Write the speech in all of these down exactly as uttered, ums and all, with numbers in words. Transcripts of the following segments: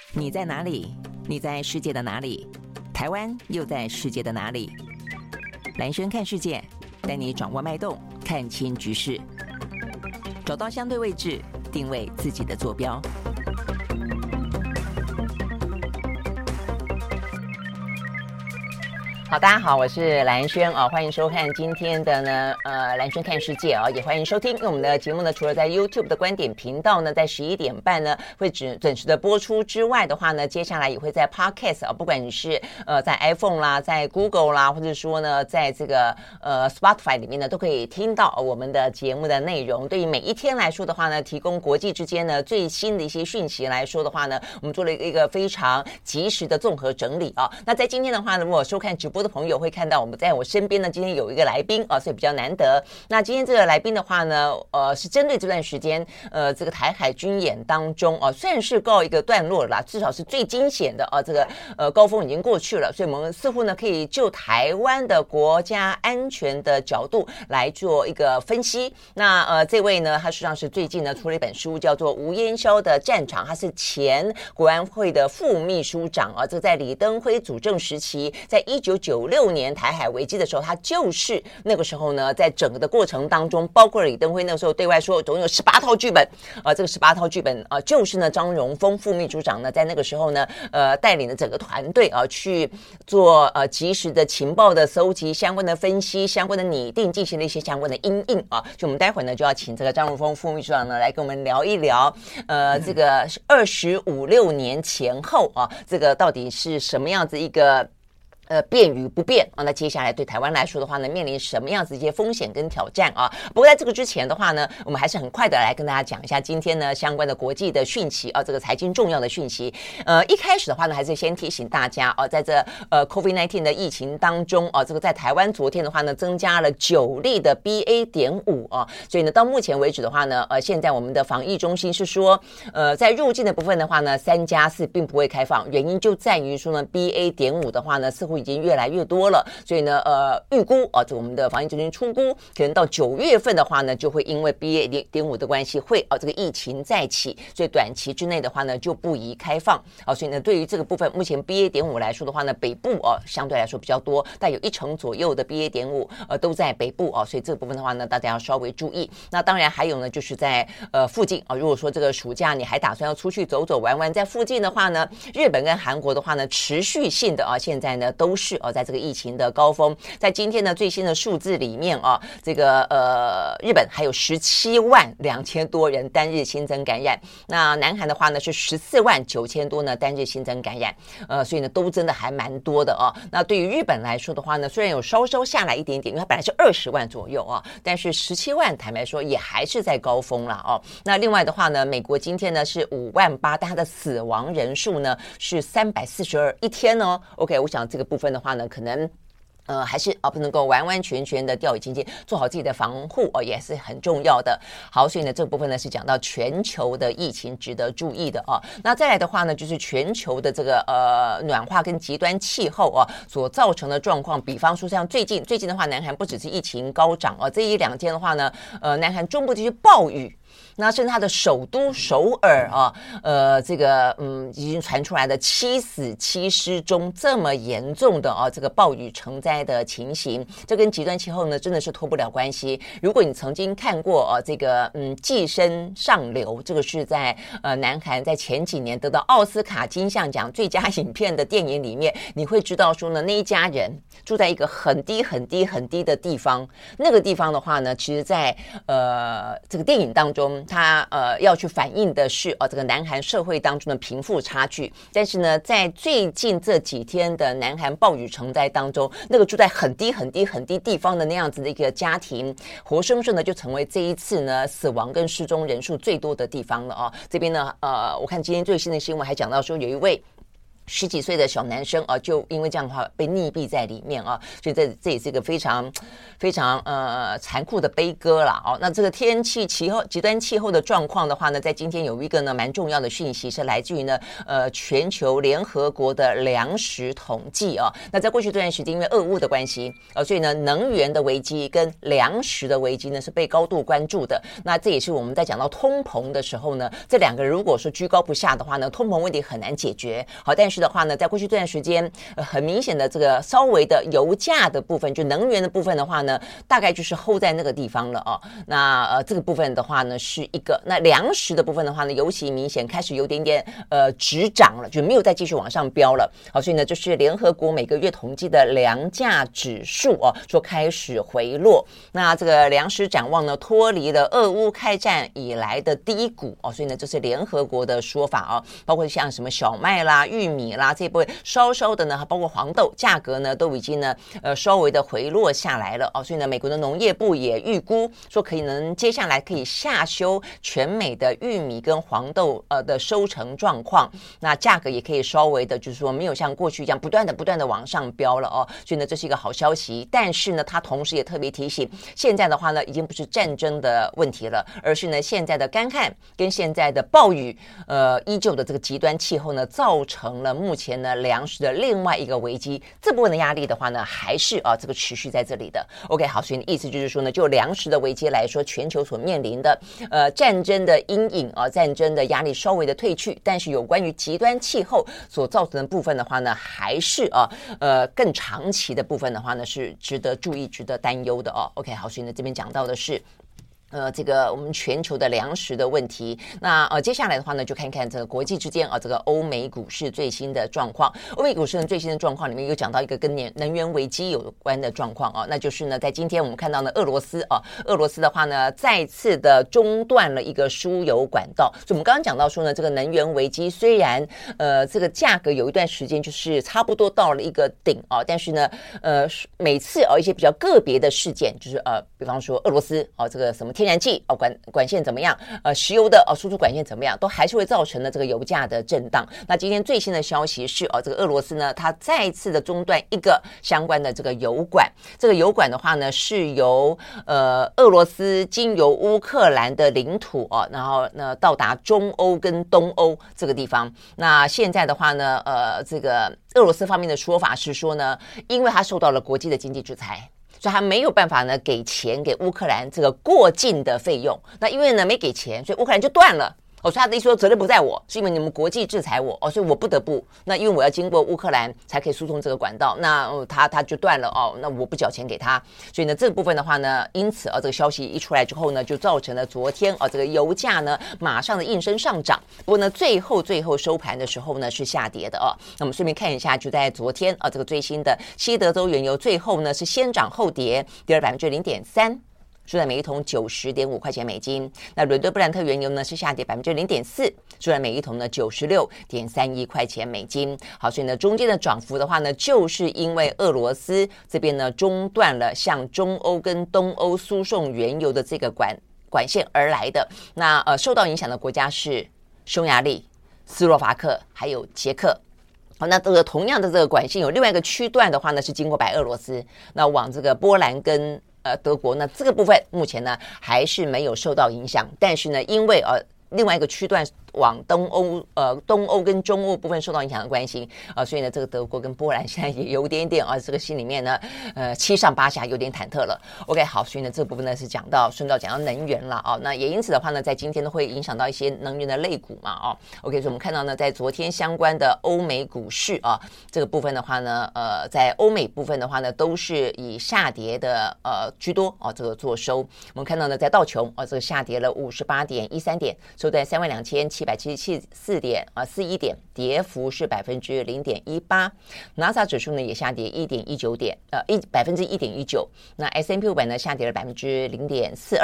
你在哪里？你在世界的哪里？台湾又在世界的哪里？蓝轩看世界，带你掌握脉动，看清局势，找到相对位置，定位自己的坐标。好，大家好，我是蓝轩啊，欢迎收看今天的呢呃蓝轩看世界啊，也欢迎收听。因为我们的节目呢，除了在 YouTube 的观点频道呢，在十一点半呢会准准时的播出之外的话呢，接下来也会在 Podcast 啊，不管你是呃在 iPhone 啦，在 Google 啦，或者说呢在这个呃 Spotify 里面呢，都可以听到我们的节目的内容。对于每一天来说的话呢，提供国际之间呢最新的一些讯息来说的话呢，我们做了一个非常及时的综合整理啊。那在今天的话呢，如果收看直播的朋友会看到我们在我身边呢，今天有一个来宾啊，所以比较难得。那今天这个来宾的话呢，呃，是针对这段时间呃这个台海军演当中啊，算是告一个段落了啦，至少是最惊险的啊，这个呃高峰已经过去了，所以我们似乎呢可以就台湾的国家安全的角度来做一个分析。那呃这位呢，他实际上是最近呢出了一本书，叫做《吴燕霄的战场》，他是前国安会的副秘书长啊，这个在李登辉主政时期，在一九九六年台海危机的时候，他就是那个时候呢，在整个的过程当中，包括了李登辉那个时候对外说总共有十八套剧本，呃，这个十八套剧本啊、呃，就是呢张荣丰副秘书长呢，在那个时候呢，呃，带领的整个团队啊、呃，去做呃及时的情报的搜集、相关的分析、相关的拟定，进行了一些相关的因应啊。就我们待会呢就要请这个张荣丰副秘书长呢来跟我们聊一聊，呃，这个二十五六年前后啊，这个到底是什么样子一个。呃，变与不变啊？那接下来对台湾来说的话呢，面临什么样子一些风险跟挑战啊？不过在这个之前的话呢，我们还是很快的来跟大家讲一下今天呢相关的国际的讯息啊，这个财经重要的讯息。呃，一开始的话呢，还是先提醒大家啊，在这呃 COVID 十九 的疫情当中啊，这个在台湾昨天的话呢，增加了九例的 B A 点五 啊，所以呢，到目前为止的话呢，呃，现在我们的防疫中心是说，呃，在入境的部分的话呢，三加四并不会开放，原因就在于说呢 ，B A 点五 的话呢，似乎已经越来越多了，所以呢，呃，预估啊，就我们的防疫中心初估，可能到九月份的话呢，就会因为 B A 点五 的关系，会啊这个疫情再起，所以短期之内的话呢，就不宜开放啊。所以呢，对于这个部分，目前 B A 点五 来说的话呢，北部啊相对来说比较多，但有一成左右的 B A 点五 呃都在北部啊，所以这个部分的话呢，大家要稍微注意。那当然还有呢，就是在呃附近啊，如果说这个暑假你还打算要出去走走玩玩，在附近的话呢，日本跟韩国的话呢，持续性的啊，现在呢都是啊。在这个疫情的高峰，在今天的最新的数字里面啊，这个呃日本还有十七万两千多人单日新增感染，那南韩的话呢是十四万九千多呢单日新增感染，呃，所以呢都真的还蛮多的啊。那对于日本来说的话呢，虽然有稍稍下来一点点，因为它本来是二十万左右啊，但是十七万坦白说也还是在高峰了哦。那另外的话呢，美国今天呢是五万八，但它的死亡人数呢是三百四十二一天哦。OK， 我想这个部分的话呢。可能呃，还是啊，不能够完完全全的掉以轻心，做好自己的防护哦，也是很重要的。好，所以呢，这个部分呢是讲到全球的疫情值得注意的啊。那再来的话呢，就是全球的这个呃暖化跟极端气候啊所造成的状况，比方说像最近最近的话，南韩不只是疫情高涨啊，这一两天的话呢，呃，南韩中部地区暴雨。那甚至它的首都首尔啊，呃，这个嗯，已经传出来的七死七失踪这么严重的啊，这个暴雨成灾的情形，这跟极端气候呢真的是脱不了关系。如果你曾经看过啊，这个嗯，寄生上流，这个是在呃南韩在前几年得到奥斯卡金像奖最佳影片的电影里面，你会知道说呢，那一家人住在一个很低很低很低的地方，那个地方的话呢，其实在呃这个电影当中。他呃要去反映的是哦这个南韩社会当中的贫富差距，但是呢，在最近这几天的南韩暴雨成灾当中，那个住在很低很低很低地方的那样子的一个家庭，活生生的就成为这一次呢死亡跟失踪人数最多的地方了哦。这边呢，呃，我看今天最新的新闻还讲到说，有一位十几岁的小男生啊，就因为这样的话被溺毙在里面啊，所以这这也是一个非常非常呃残酷的悲歌啦哦。那这个天气气候极端气候的状况的话呢，在今天有一个呢蛮重要的讯息是来自于呢呃全球联合国的粮食统计啊。那在过去这段时间，因为俄乌的关系呃，所以呢能源的危机跟粮食的危机呢是被高度关注的。那这也是我们在讲到通膨的时候呢，这两个如果说居高不下的话呢，通膨问题很难解决。好，但是的话呢，在过去这段时间，呃，很明显的这个稍微的油价的部分，就能源的部分的话呢，大概就是 hold 在那个地方了哦。那呃，这个部分的话呢，是一个那粮食的部分的话呢，尤其明显开始有点点呃止涨了，就没有再继续往上飙了。好，所以呢，就是联合国每个月统计的粮价指数哦，说开始回落。那这个粮食展望呢，脱离了俄乌开战以来的低谷哦，所以呢，这是联合国的说法哦，包括像什么小麦啦、玉米啦这一部分稍稍的呢，包括黄豆价格呢都已经呢呃稍微的回落下来了哦，所以呢，美国的农业部也预估说可能接下来可以下修全美的玉米跟黄豆呃的收成状况，那价格也可以稍微的就是说没有像过去一样不断的不断的往上飙了哦，所以呢这是一个好消息。但是呢，他同时也特别提醒，现在的话呢已经不是战争的问题了，而是呢现在的干旱跟现在的暴雨呃依旧的这个极端气候呢，造成了目前呢粮食的另外一个危机，这部分的压力的话呢，还是啊这个持续在这里的。OK， 好，所以意思就是说呢，就粮食的危机来说，全球所面临的呃战争的阴影啊，战争的压力稍微的退去，但是有关于极端气候所造成的部分的话呢，还是啊呃更长期的部分的话呢，是值得注意、值得担忧的哦。OK， 好，所以呢这边讲到的是。呃，这个我们全球的粮食的问题，那呃接下来的话呢，就看看这个国际之间啊，这个欧美股市最新的状况。欧美股市的最新的状况里面有讲到一个跟能源危机有关的状况啊，那就是呢，在今天我们看到呢，俄罗斯啊，俄罗斯的话呢，再次的中断了一个输油管道。所以我们刚刚讲到说呢，这个能源危机虽然呃这个价格有一段时间就是差不多到了一个顶啊，但是呢，呃每次啊一些比较个别的事件，就是呃比方说俄罗斯啊这个什么天然气哦管管线怎么样，呃石油的哦输出管线怎么样，都还是会造成了这个油价的震荡。那今天最新的消息是哦，这个俄罗斯呢，它再次的中断一个相关的这个油管。这个油管的话呢，是由呃俄罗斯经由乌克兰的领土哦，然后呢到达中欧跟东欧这个地方。那现在的话呢，呃这个俄罗斯方面的说法是说呢，因为它受到了国际的经济制裁。所以他没有办法呢给钱给乌克兰这个过境的费用，那因为呢没给钱，所以乌克兰就断了。哦，所以他的意思说责任不在我，是因为你们国际制裁我，哦，所以我不得不，那因为我要经过乌克兰才可以输送这个管道，那、哦、他他就断了哦，那我不缴钱给他，所以呢这个部分的话呢，因此啊、哦、这个消息一出来之后呢，就造成了昨天啊、哦、这个油价呢马上的应声上涨，不过呢最后最后收盘的时候呢是下跌的哦。那我们顺便看一下，就在昨天啊、哦、这个最新的西德州原油最后呢是先涨后跌，跌了百分之零点三。收在每一桶九十点五块钱美金。那伦敦布兰特原油呢是下跌百分之零点四，收在每一桶呢九十六点三一块钱美金。好，所以呢中间的涨幅的话呢，就是因为俄罗斯这边呢中断了向中欧跟东欧输送原油的这个管管线而来的。那呃受到影响的国家是匈牙利、斯洛伐克还有捷克。好，那这个同样的这个管线有另外一个区段的话呢，是经过白俄罗斯，那往这个波兰跟呃德国呢，这个部分目前呢还是没有受到影响，但是呢，因为呃另外一个区段往东欧呃东欧跟中欧部分受到影响的关系啊、呃，所以呢，这个德国跟波兰现在也有点点啊，这个心里面呢，呃七上八下，有点忐忑了。OK， 好，所以呢，这部分呢是讲到顺道讲到能源了啊、哦，那也因此的话呢，在今天都会影响到一些能源的类股嘛啊、哦。OK， 所以我们看到呢，在昨天相关的欧美股市啊，这个部分的话呢，呃，在欧美部分的话呢，都是以下跌的呃居多啊、哦，这个做收。我们看到呢，在道琼啊、哦，这个下跌了五十八点一三点，收在三万两千七百七十四点啊四一点，跌幅是百分之零点一八。纳斯达克指数呢也下跌一点一九点，呃一百分之一点一九。那 S and P 五百呢下跌了百分之零点四二。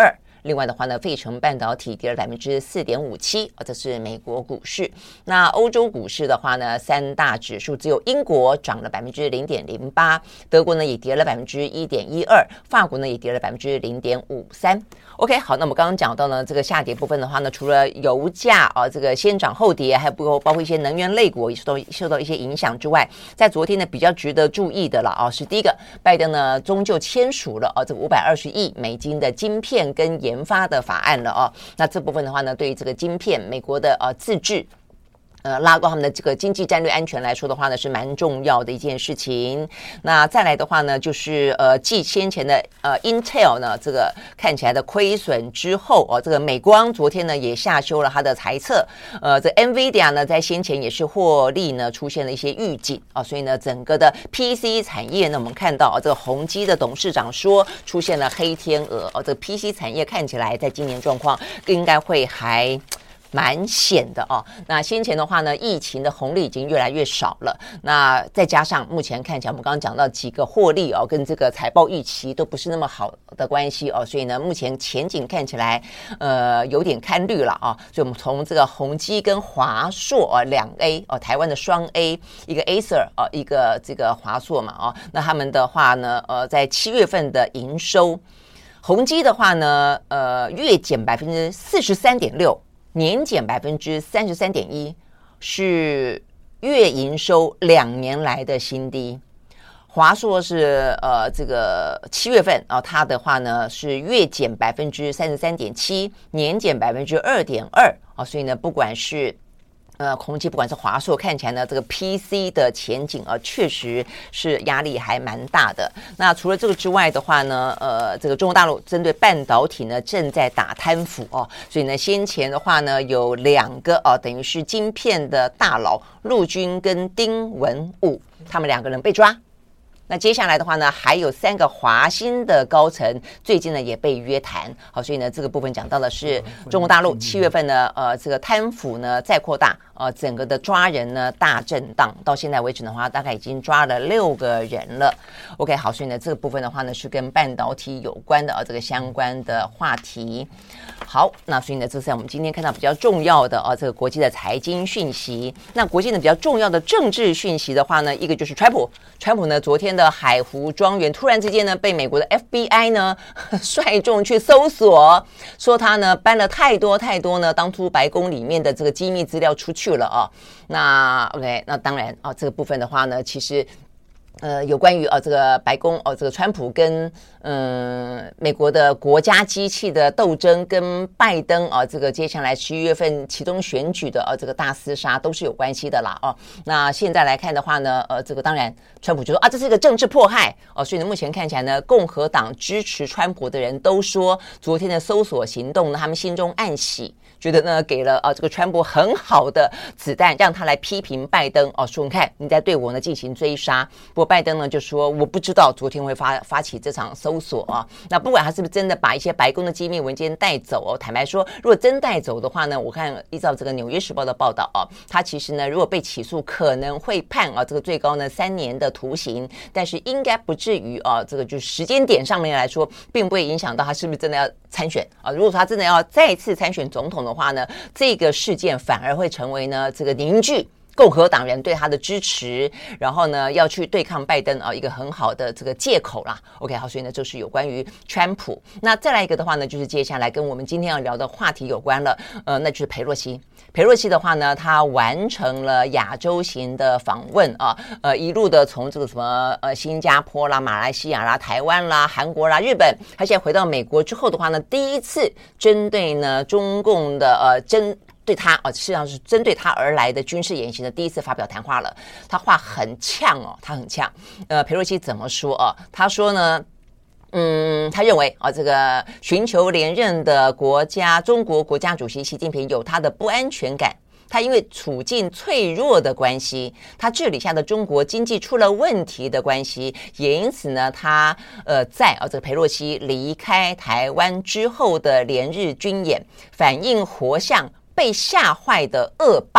另外的话呢，费城半导体跌了百分之四点五七，这是美国股市。那欧洲股市的话呢，三大指数只有英国涨了百分之零点零八，德国呢也跌了百分之一点一二，法国呢也跌了百分之零点五三。OK， 好，那我们刚刚讲到呢，这个下跌部分的话呢，除了油价啊这个先涨后跌，还有包括一些能源类股也受到受到一些影响之外，在昨天呢比较值得注意的了啊，是第一个，拜登呢终究签署了啊这个五百二十亿美金的晶片跟研发的法案了啊。那这部分的话呢，对于这个晶片，美国的呃自制。呃，拉高他们的这个经济战略安全来说的话呢，是蛮重要的一件事情。那再来的话呢，就是呃，继先前的呃 Intel 呢这个看起来的亏损之后哦，这个美光昨天呢也下修了它的财测。呃，这 Nvidia 呢在先前也是获利呢出现了一些预警啊，所以呢整个的 P C 产业呢，我们看到啊，这个宏基的董事长说出现了黑天鹅哦，这个 P C 产业看起来在今年状况应该会还。蛮险的哦。那先前的话呢，疫情的红利已经越来越少了。那再加上目前看起来，我们刚刚讲到几个获利哦，跟这个财报预期都不是那么好的关系哦，所以呢，目前前景看起来呃有点看绿了啊。所以我们从这个宏基跟华硕啊两 A 哦，台湾的双 A， 一个 Acer 哦，一个这个华硕嘛哦，那他们的话呢，呃，在七月份的营收，宏基的话呢，呃，月减百分之四十三点六。年减百分之三十三点一，是月营收两年来的新低。华硕是呃这个七月份啊、哦，它的话呢是月减百分之三十三点七，年减百分之二点二啊，所以呢，不管是呃，宏基不管是华硕，看起来呢，这个 P C 的前景啊，确实是压力还蛮大的。那除了这个之外的话呢，呃，这个中国大陆针对半导体呢，正在打贪腐哦，所以呢，先前的话呢，有两个哦，等于是晶片的大佬陆军跟丁文武，他们两个人被抓。那接下来的话呢，还有三个华兴的高层最近呢也被约谈，好，所以呢这个部分讲到的是中国大陆七月份呢，呃，这个贪腐呢再扩大，呃，整个的抓人呢大震荡，到现在为止的话，大概已经抓了六个人了。OK， 好，所以呢这个部分的话呢是跟半导体有关的啊、呃、这个相关的话题。好，那所以呢这是我们今天看到比较重要的啊、呃、这个国际的财经讯息。那国际的比较重要的政治讯息的话呢，一个就是川普，川普呢昨天的海湖庄园突然之间呢被美国的 F B I 呢率众去搜索，说他呢搬了太多太多呢当初白宫里面的这个机密资料出去了啊。那 OK， 那当然啊这个部分的话呢，其实呃，有关于呃这个白宫哦，这个川普跟嗯、呃、美国的国家机器的斗争，跟拜登啊、呃、这个接下来十一月份其中选举的呃这个大厮杀都是有关系的啦哦。那现在来看的话呢，呃这个当然川普就说啊这是一个政治迫害哦，所以呢目前看起来呢，共和党支持川普的人都说昨天的搜索行动呢，他们心中暗喜。觉得呢，给了啊这个川普很好的子弹，让他来批评拜登哦，说你看你在对我呢进行追杀。不过拜登呢就说我不知道昨天会发发起这场搜索啊。那不管他是不是真的把一些白宫的机密文件带走哦，坦白说，如果真带走的话呢，我看依照这个《纽约时报》的报道啊，他其实呢如果被起诉，可能会判啊这个最高呢三年的徒刑，但是应该不至于啊这个就是时间点上面来说，并不会影响到他是不是真的要参选啊。如果说他真的要再次参选总统的话呢，这个事件反而会成为呢这个凝聚共和党人对他的支持，然后呢要去对抗拜登啊一个很好的这个借口啦。OK， 好，所以呢就是有关于川普。那再来一个的话呢，就是接下来跟我们今天要聊的话题有关了，呃，那就是裴洛西。裴洛西的话呢，他完成了亚洲行的访问啊，呃，一路的从这个什么呃新加坡啦、马来西亚啦、台湾啦、韩国啦、日本，他现在回到美国之后的话呢，第一次针对呢中共的呃针。对他啊，实际上是针对他而来的军事演习的第一次发表谈话了。他话很呛哦，他很呛。呃，裴洛西怎么说啊？他说呢，嗯，他认为啊，这个寻求连任的国家中国国家主席习近平有他的不安全感。他因为处境脆弱的关系，他治理下的中国经济出了问题的关系，也因此呢，他呃在啊这个裴洛西离开台湾之后的连日军演，反应活像被吓坏的恶霸。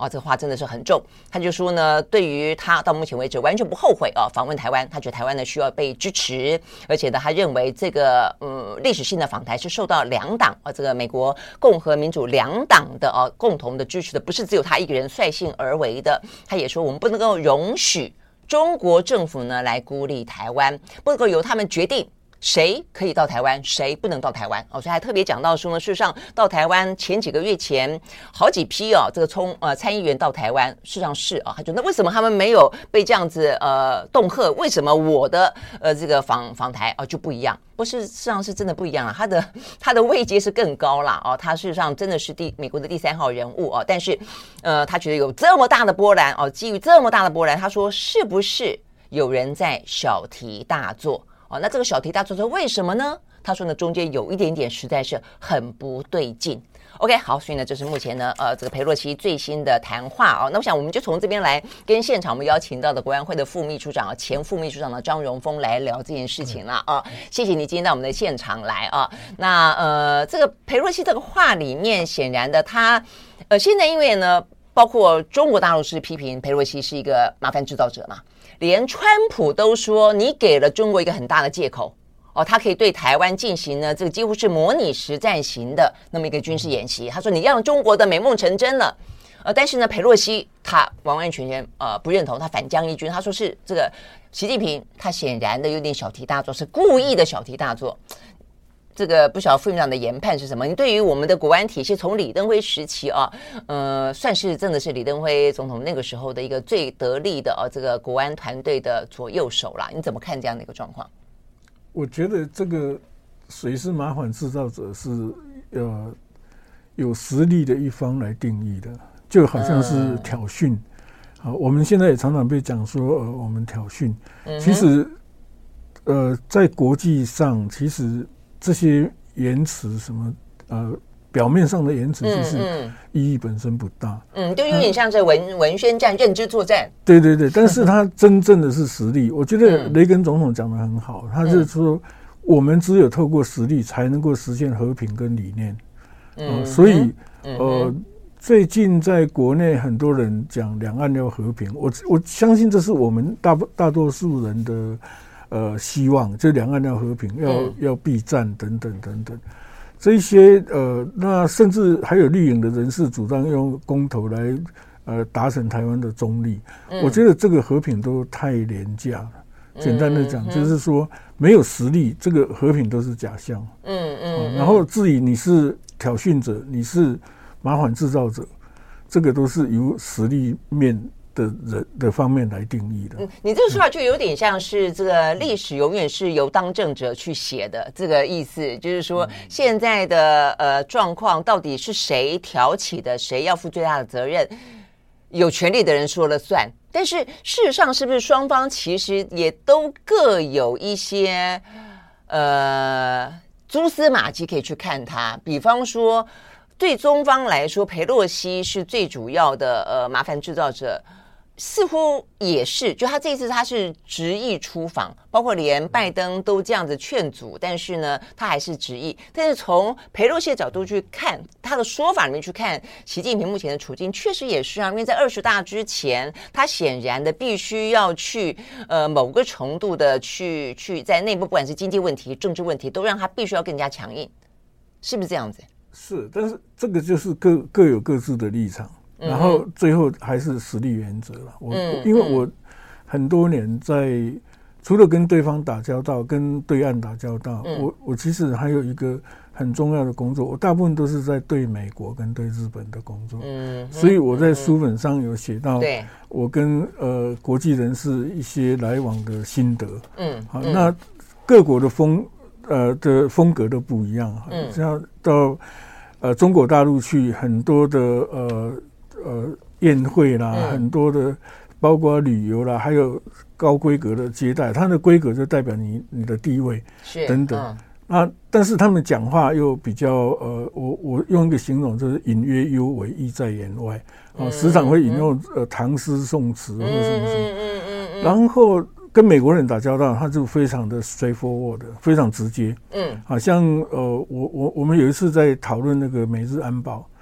哦，这个话真的是很重。他就说呢，对于他到目前为止完全不后悔啊、哦、访问台湾，他觉得台湾呢需要被支持，而且呢，他认为这个嗯历史性的访台是受到两党啊、哦、这个美国共和民主两党的啊、哦、共同的支持的，不是只有他一个人率性而为的。他也说，我们不能够容许中国政府呢来孤立台湾，不能够由他们决定谁可以到台湾，谁不能到台湾哦，所以还特别讲到说呢，事实上到台湾前几个月前，好几批哦，这个从呃参议员到台湾，事实上是啊、哦，他觉得那为什么他们没有被这样子呃恫吓？为什么我的呃这个访访台啊、哦、就不一样？不是，事实上是真的不一样了，他的他的位阶是更高啦哦，他事实上真的是第美国的第三号人物哦，但是呃他觉得有这么大的波澜哦，基于这么大的波澜，他说是不是有人在小题大做？哦，那这个小题大做是为什么呢？他说呢，中间有一点点实在是很不对劲。OK， 好，所以呢，这是目前呢，呃，这个裴洛西最新的谈话哦。那我想，我们就从这边来跟现场我们邀请到的国安会的副秘书长、前副秘书长的张荣丰来聊这件事情了啊。谢谢你今天到我们的现场来啊。那呃，这个裴洛西这个话里面，显然的他呃，现在因为呢，包括中国大陆是批评裴洛西是一个麻烦制造者嘛。连川普都说你给了中国一个很大的借口哦，他可以对台湾进行呢这个几乎是模拟实战型的那么一个军事演习。他说你让中国的美梦成真了，呃，但是呢，裴洛西他完完全全呃不认同，他反将一军，他说是这个习近平他显然的有点小题大做，是故意的小题大做。这个不晓得副院长的研判是什么？你对于我们的国安体系，从李登辉时期啊，呃，算是真的是李登辉总统那个时候的一个最得力的啊，这个国安团队的左右手啦。你怎么看这样的一个状况？ 我觉得这个谁是麻烦制造者是呃有实力的一方来定义的，就好像是挑衅。啊、嗯，我们现在也常常被讲说，呃，我们挑衅。嗯、其实，呃，在国际上，其实这些言辞什么呃，表面上的言辞其实意义本身不大， 嗯，就有点像是文文宣战、认知作战。 对对对，但是他真正的是实力。我觉得雷根总统讲得很好，他是说我们只有透过实力才能够实现和平跟理念。嗯、呃，所以呃，最近在国内很多人讲两岸要和平，我我相信这是我们大大多数人的。呃，希望就两岸要和平，要、嗯、要避战等等等等，这一些呃，那甚至还有绿营的人士主张用公投来呃达成台湾的中立、嗯。我觉得这个和平都太廉价了。简单的讲、嗯，就是说没有实力，这个和平都是假象。嗯嗯、呃。然后至于你是挑衅者，你是麻烦制造者，这个都是由实力面。的人的方面来定义的、嗯， 你这个说法就有点像是这个历史永远是由当政者去写的这个意思，就是说现在的呃状况到底是谁挑起的，谁要负最大的责任，有权利的人说了算。但是事实上，是不是双方其实也都各有一些呃蛛丝马迹可以去看它？比方说，对中方来说，裴洛西是最主要的呃麻烦制造者。似乎也是，就他这一次他是执意出访，包括连拜登都这样子劝阻，但是呢，他还是执意。但是从裴洛西的角度去看，他的说法里面去看，习近平目前的处境确实也是啊，因为在二十大之前，他显然的必须要去呃某个程度的去去在内部，不管是经济问题、政治问题，都让他必须要更加强硬，是不是这样子？ 是，但是这个就是各各有各自的立场。然后最后还是实力原则了。我、嗯、因为我很多年在除了跟对方打交道、跟对岸打交道，嗯、我我其实还有一个很重要的工作，我大部分都是在对美国跟对日本的工作。嗯，所以我在书本上有写到，我跟呃国际人士一些来往的心得。嗯，好，嗯、那各国的风呃的风格都不一样。嗯，像到呃中国大陆去，很多的呃。呃，宴会啦、嗯，很多的，包括旅游啦，还有高规格的接待，它的规格就代表你你的地位等等。嗯、啊，但是他们讲话又比较呃，我我用一个形容就是隐约幽微，意在言外啊、嗯，时常会引用、嗯、呃唐诗宋词或者什么什么。嗯嗯嗯嗯、然后跟美国人打交道，他就非常的 straightforward， 非常直接。嗯，好像呃，我我我们有一次在讨论那个美日安保。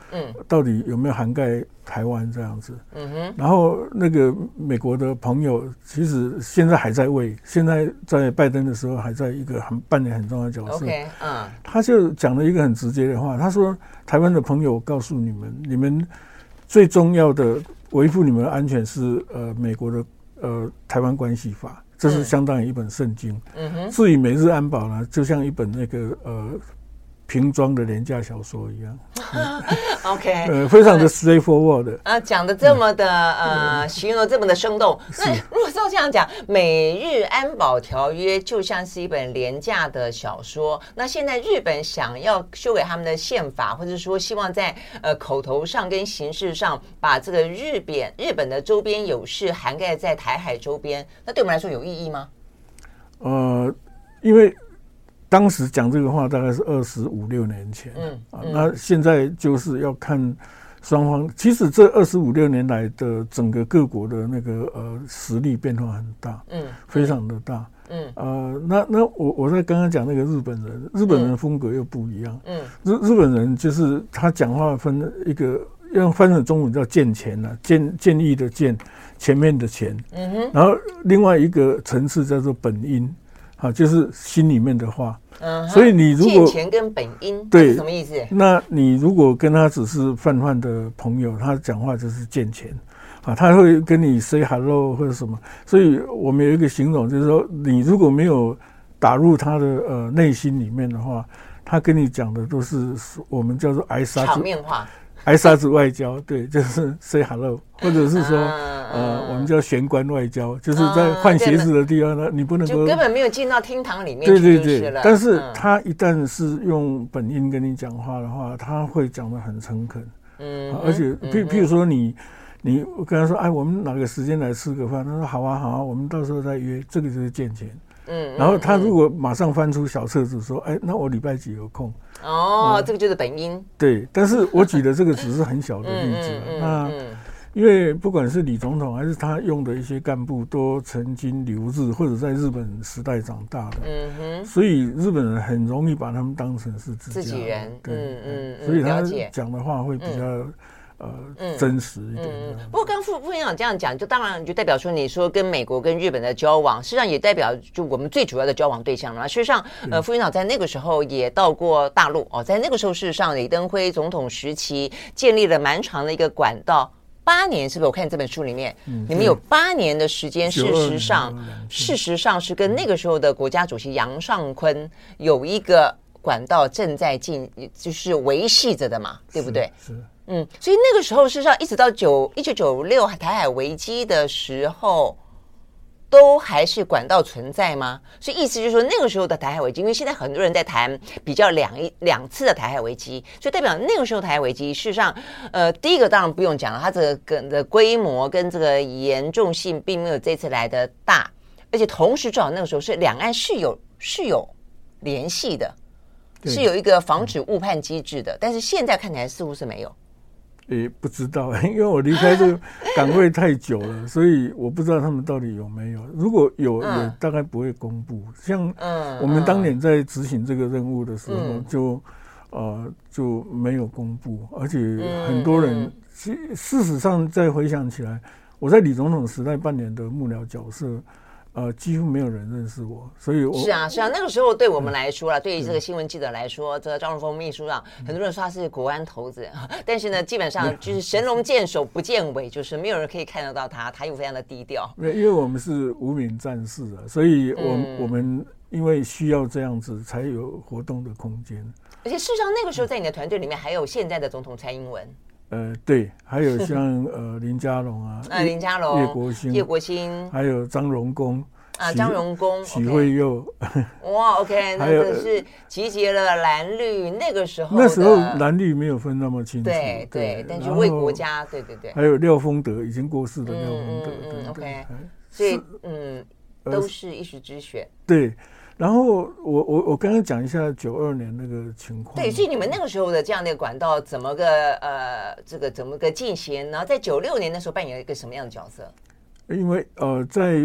嗯，到底有没有涵盖台湾这样子？嗯哼。然后那个美国的朋友，其实现在还在为，现在在拜登的时候还在一个很扮演很重要的角色。 OK， 嗯， 他就讲了一个很直接的话，他说：“台湾的朋友，我告诉你们，你们最重要的维护你们的安全是呃美国的呃台湾关系法。”这是相当于一本圣经。嗯哼。至于美日安保呢，就像一本那个呃瓶装的廉价小说一样。嗯、 OK， 呃，非常的 straightforward 啊，讲的这么的、嗯、呃，形容这么的生动。那如果照这样讲，美日安保条约就像是一本廉价的小说。那现在日本想要修改他们的宪法，或者说希望在呃口头上跟形式上把这个日本日本的周边有事涵盖在台海周边，那对我们来说有意义吗？ 呃，因为当时讲这个话大概是二十五六年前，嗯，啊，那现在就是要看双方。其实这二十五六年来的整个各国的那个呃实力变化很大，嗯，非常的大，嗯，呃，那那我我在刚刚讲那个日本人，日本人的风格又不一样，嗯，日日本人就是他讲话分一个，用翻成中文叫健前啊，建建议的建，前面的前，嗯哼，然后另外一个层次叫做本因。啊，就是心里面的话，嗯，所以你如果见钱跟本因， 对， 是什么意思？ 那你如果跟他只是泛泛的朋友，他讲话就是见钱，啊，他会跟你 say hello 或者什么，所以我们有一个形容，就是说，你如果没有打入他的呃内心里面的话，他跟你讲的都是我们叫做挨杀场面话。 挨沙子外交，对，就是 say hello， 或者是说，啊、呃，我们叫玄关外交，就是在换鞋子的地方呢，啊、你不能够就根本没有进到厅堂里面去，对对对。但是他一旦是用本音跟你讲话的话，他会讲得很诚恳，嗯，而且譬譬如说你你跟他说，哎，我们哪个时间来吃个饭？他说好啊好啊，我们到时候再约，这个就是见钱。嗯，然后他如果马上翻出小册子说，哎，那我礼拜几有空？ 哦，嗯、这个就是本因。 对，但是我举的这个只是很小的例子。嗯嗯嗯、那因为不管是李总统还是他用的一些干部，都曾经留日或者在日本时代长大的，嗯哼，所以日本人很容易把他们当成是自自己人。 对，嗯嗯，所以他讲的话会比较。嗯呃，嗯、真实一点。嗯嗯、不过刚副副院长这样讲，就当然就代表说，你说跟美国跟日本的交往，实际上也代表就我们最主要的交往对象了。事实上，呃，副院长在那个时候也到过大陆哦，在那个时候，事实上李登辉总统时期建立了蛮长的一个管道。八年是不是？我看这本书里面，嗯、你们有八年的时间，事实上，事实上是跟那个时候的国家主席杨尚昆有一个管道正在进，就是维系着的嘛，对不对？ 是。是嗯，所以那个时候，事实上一直到九一九九六台海危机的时候，都还是管道存在吗？所以意思就是说，那个时候的台海危机，因为现在很多人在谈比较两一两次的台海危机，所以代表那个时候台海危机，事实上，呃，第一个当然不用讲了，它这个的规模跟这个严重性并没有这次来的大，而且同时至少那个时候是两岸是有是有联系的，是有一个防止误判机制的，但是现在看起来似乎是没有。 也不知道，因为我离开这个岗位太久了，所以我不知道他们到底有没有。如果有，嗯、也大概不会公布。像我们当年在执行这个任务的时候，嗯、就呃就没有公布，而且很多人，嗯、事实上再回想起来，我在李总统时代扮演的幕僚角色。呃，几乎没有人认识我，所以我是啊是啊，那个时候对我们来说啦，嗯、对于这个新闻记者来说，这个张荣丰秘书长，很多人说他是国安头子，但是呢，基本上就是神龙见首不见尾，就是没有人可以看得到他，他又非常的低调。 因为我们是无名战士啊，所以我、嗯、我们因为需要这样子，才有活动的空间。 而且事实上，那个时候在你的团队里面，还有现在的总统蔡英文。 呃，对，还有像呃林佳龙啊， 呃林佳龙、 叶国兴、 叶国兴， 还有张荣恭啊，张荣恭、 许慧佑， 哇 ，OK， 那个是集结了蓝绿那个时候， 那时候蓝绿没有分那么清楚， 对对，但是为国家，对对对， 还有廖丰德已经过世的廖丰德， 嗯 ，OK， 所以嗯，都是一时之选， 对。然后我我我刚刚讲一下九二年那个情况。 对，所以你们那个时候的这样的一个管道怎么个呃这个怎么个进行？然后在九六年的时候扮演一个什么样的角色？ 因为呃在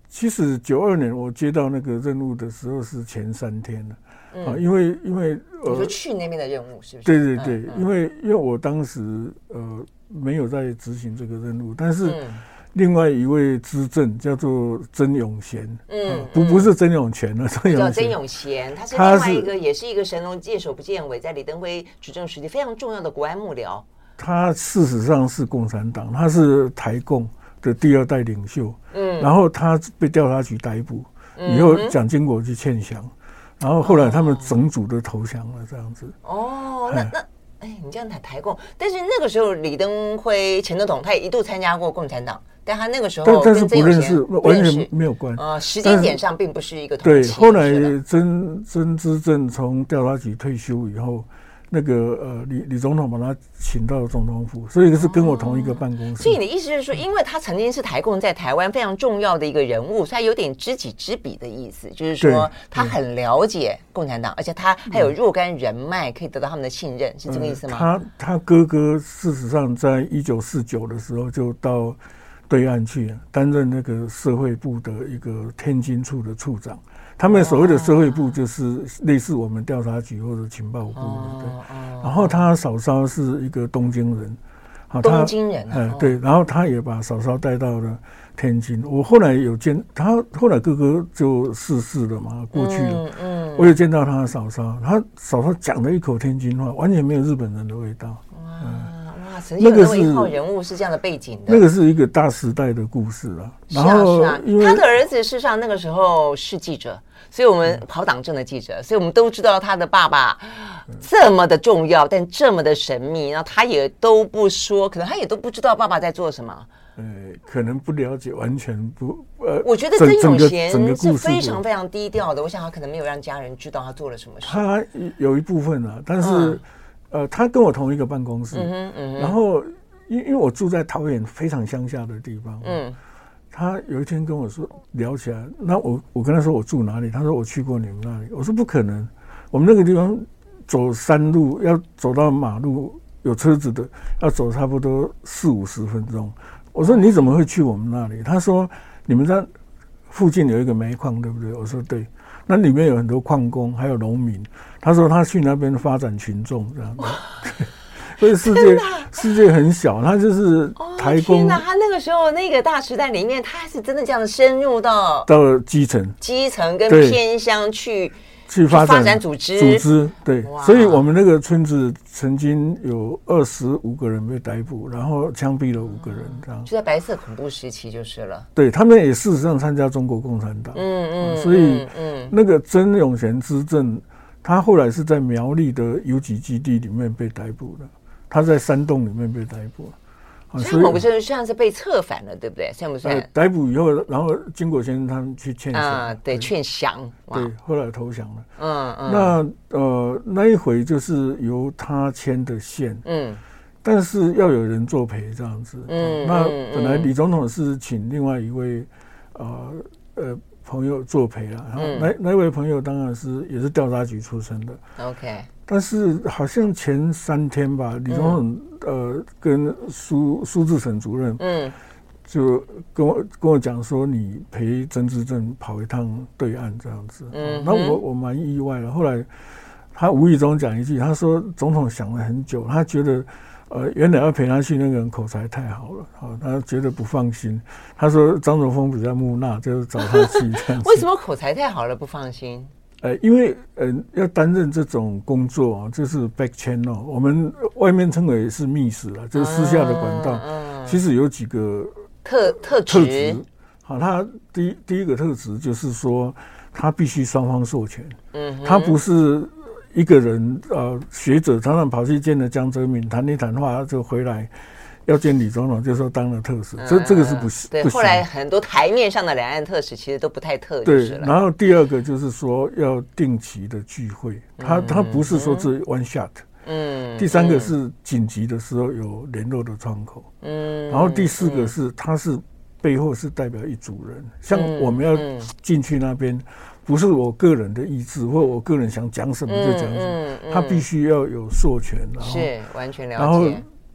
其实九二年我接到那个任务的时候是前三天了。嗯、啊，因为因为呃，你说去那边的任务是不是？ 对对对，嗯嗯、因为因为我当时呃没有在执行这个任务，但是另外一位资政叫做曾永贤，嗯，啊、不不是曾永权了，曾永叫曾永贤，他是另外一个也是一个神龙见首不见尾，在李登辉执政时期非常重要的国安幕僚。 他事实上是共产党，他是台共的第二代领袖，嗯，然后他被调查局逮捕，以后蒋经国去劝降。然后后来他们整组都投降了，这样子。 哦，那那哎，你这样谈台共，但是那个时候李登辉前总统他也一度参加过共产党，但他那个时候但但是不认识，完全没有关。 呃，时间点上并不是一个同对。后来曾曾资政从调查局退休以后。那个呃，李李总统把他请到总统府，所以是跟我同一个办公室。 哦、所以你的意思就是说，因为他曾经是台共在台湾非常重要的一个人物，所以他有点知己知彼的意思，就是说他很了解共产党，而且他还有若干人脉可以得到他们的信任，是这个意思吗？ 呃、他他哥哥事实上在一九四九的时候就到对岸去担任那个社会部的一个天津处的处长。他们所谓的社会部就是类似我们调查局或者情报部，哦、对。哦、然后他嫂嫂是一个东京人， 好，东京人、啊， 哎、嗯，对。然后他也把嫂嫂带到了天津。我后来有见他，后来哥哥就逝世了嘛，过去了。嗯，嗯我有见到他的嫂嫂，他嫂嫂讲了一口天津话，完全没有日本人的味道。 哇、嗯曾经有那么一号人物是这样的背景的， 那个是一个大时代的故事啊。然后是啊，是啊，他的儿子事实上那个时候是记者，所以我们跑党政的记者，所以我们都知道他的爸爸这么的重要，但这么的神秘，然后他也都不说，可能他也都不知道爸爸在做什么。 呃，可能不了解，完全不呃。 我觉得曾永贤是非常非常低调的，我想他可能没有让家人知道他做了什么事。 他有一部分啊，但是。嗯呃，他跟我同一个办公室，嗯嗯、然后因因为我住在桃园非常乡下的地方，嗯，他有一天跟我说聊起来，那我我跟他说我住哪里，他说我去过你们那里，我说不可能，我们那个地方走山路要走到马路有车子的要走差不多四五十分钟，我说你怎么会去我们那里？他说你们在附近有一个煤矿对不对？我说对。那里面有很多矿工，还有农民。他说他去那边发展群众这样子，所以世界世界很小，他就是台工。 天哪，他那个时候那个大时代里面，他是真的这样深入到到基层、 基层跟偏乡去。 去发展, 发展组织， 组织对，所以我们那个村子曾经有二十五个人被逮捕，然后枪毙了五个人，这样。 就在白色恐怖时期就是了。 对，他们也事实上参加中国共产党，嗯嗯、啊，所以嗯，那个曾永贤资政，他后来是在苗栗的游击基地里面被逮捕的，他在山洞里面被逮捕。 所以某个程度上是被策反了，对不对？算不算？ 呃、逮捕以后，然后经国先生他们去劝降， 啊，对，劝降， 对，后来投降了。嗯嗯。那呃，那一回就是由他牵的线，嗯，但是要有人作陪这样子。嗯。那本来李总统是请另外一位呃呃朋友作陪啊，然后那那位朋友当然是也是调查局出身的。 OK。 但是好像前三天吧，李总统、嗯、呃跟苏苏志成主任，嗯，就跟我跟我讲说，你陪曾资政跑一趟对岸这样子，嗯，那我我蛮意外的。后来他无意中讲一句，他说总统想了很久，他觉得呃原来要陪他去那个人口才太好了，好，他觉得不放心。他说张荣丰比较木讷，就是找他去这样子。 为什么口才太好了不放心？ 呃，因为呃要担任这种工作啊，就是 back channel， 我们外面称为是密使啦，就是私下的管道。嗯嗯、其实有几个特特特质，好，他第一第一个特质就是说，他必须双方授权。嗯，他不是一个人呃学者常常跑去见了江泽民谈一谈话就回来。要见李总统，就说当了特使，这、嗯、这个是不行。 对，后来很多台面上的两岸特使其实都不太特， 对。然后第二个就是说要定期的聚会，他、嗯、他不是说是 one shot。嗯。第三个是紧急的时候有联络的窗口。嗯。然后第四个是他是背后是代表一组人，像我们要进去那边，不是我个人的意志或我个人想讲什么就讲什么，嗯嗯嗯、他必须要有授权，然后是完全了解。 然后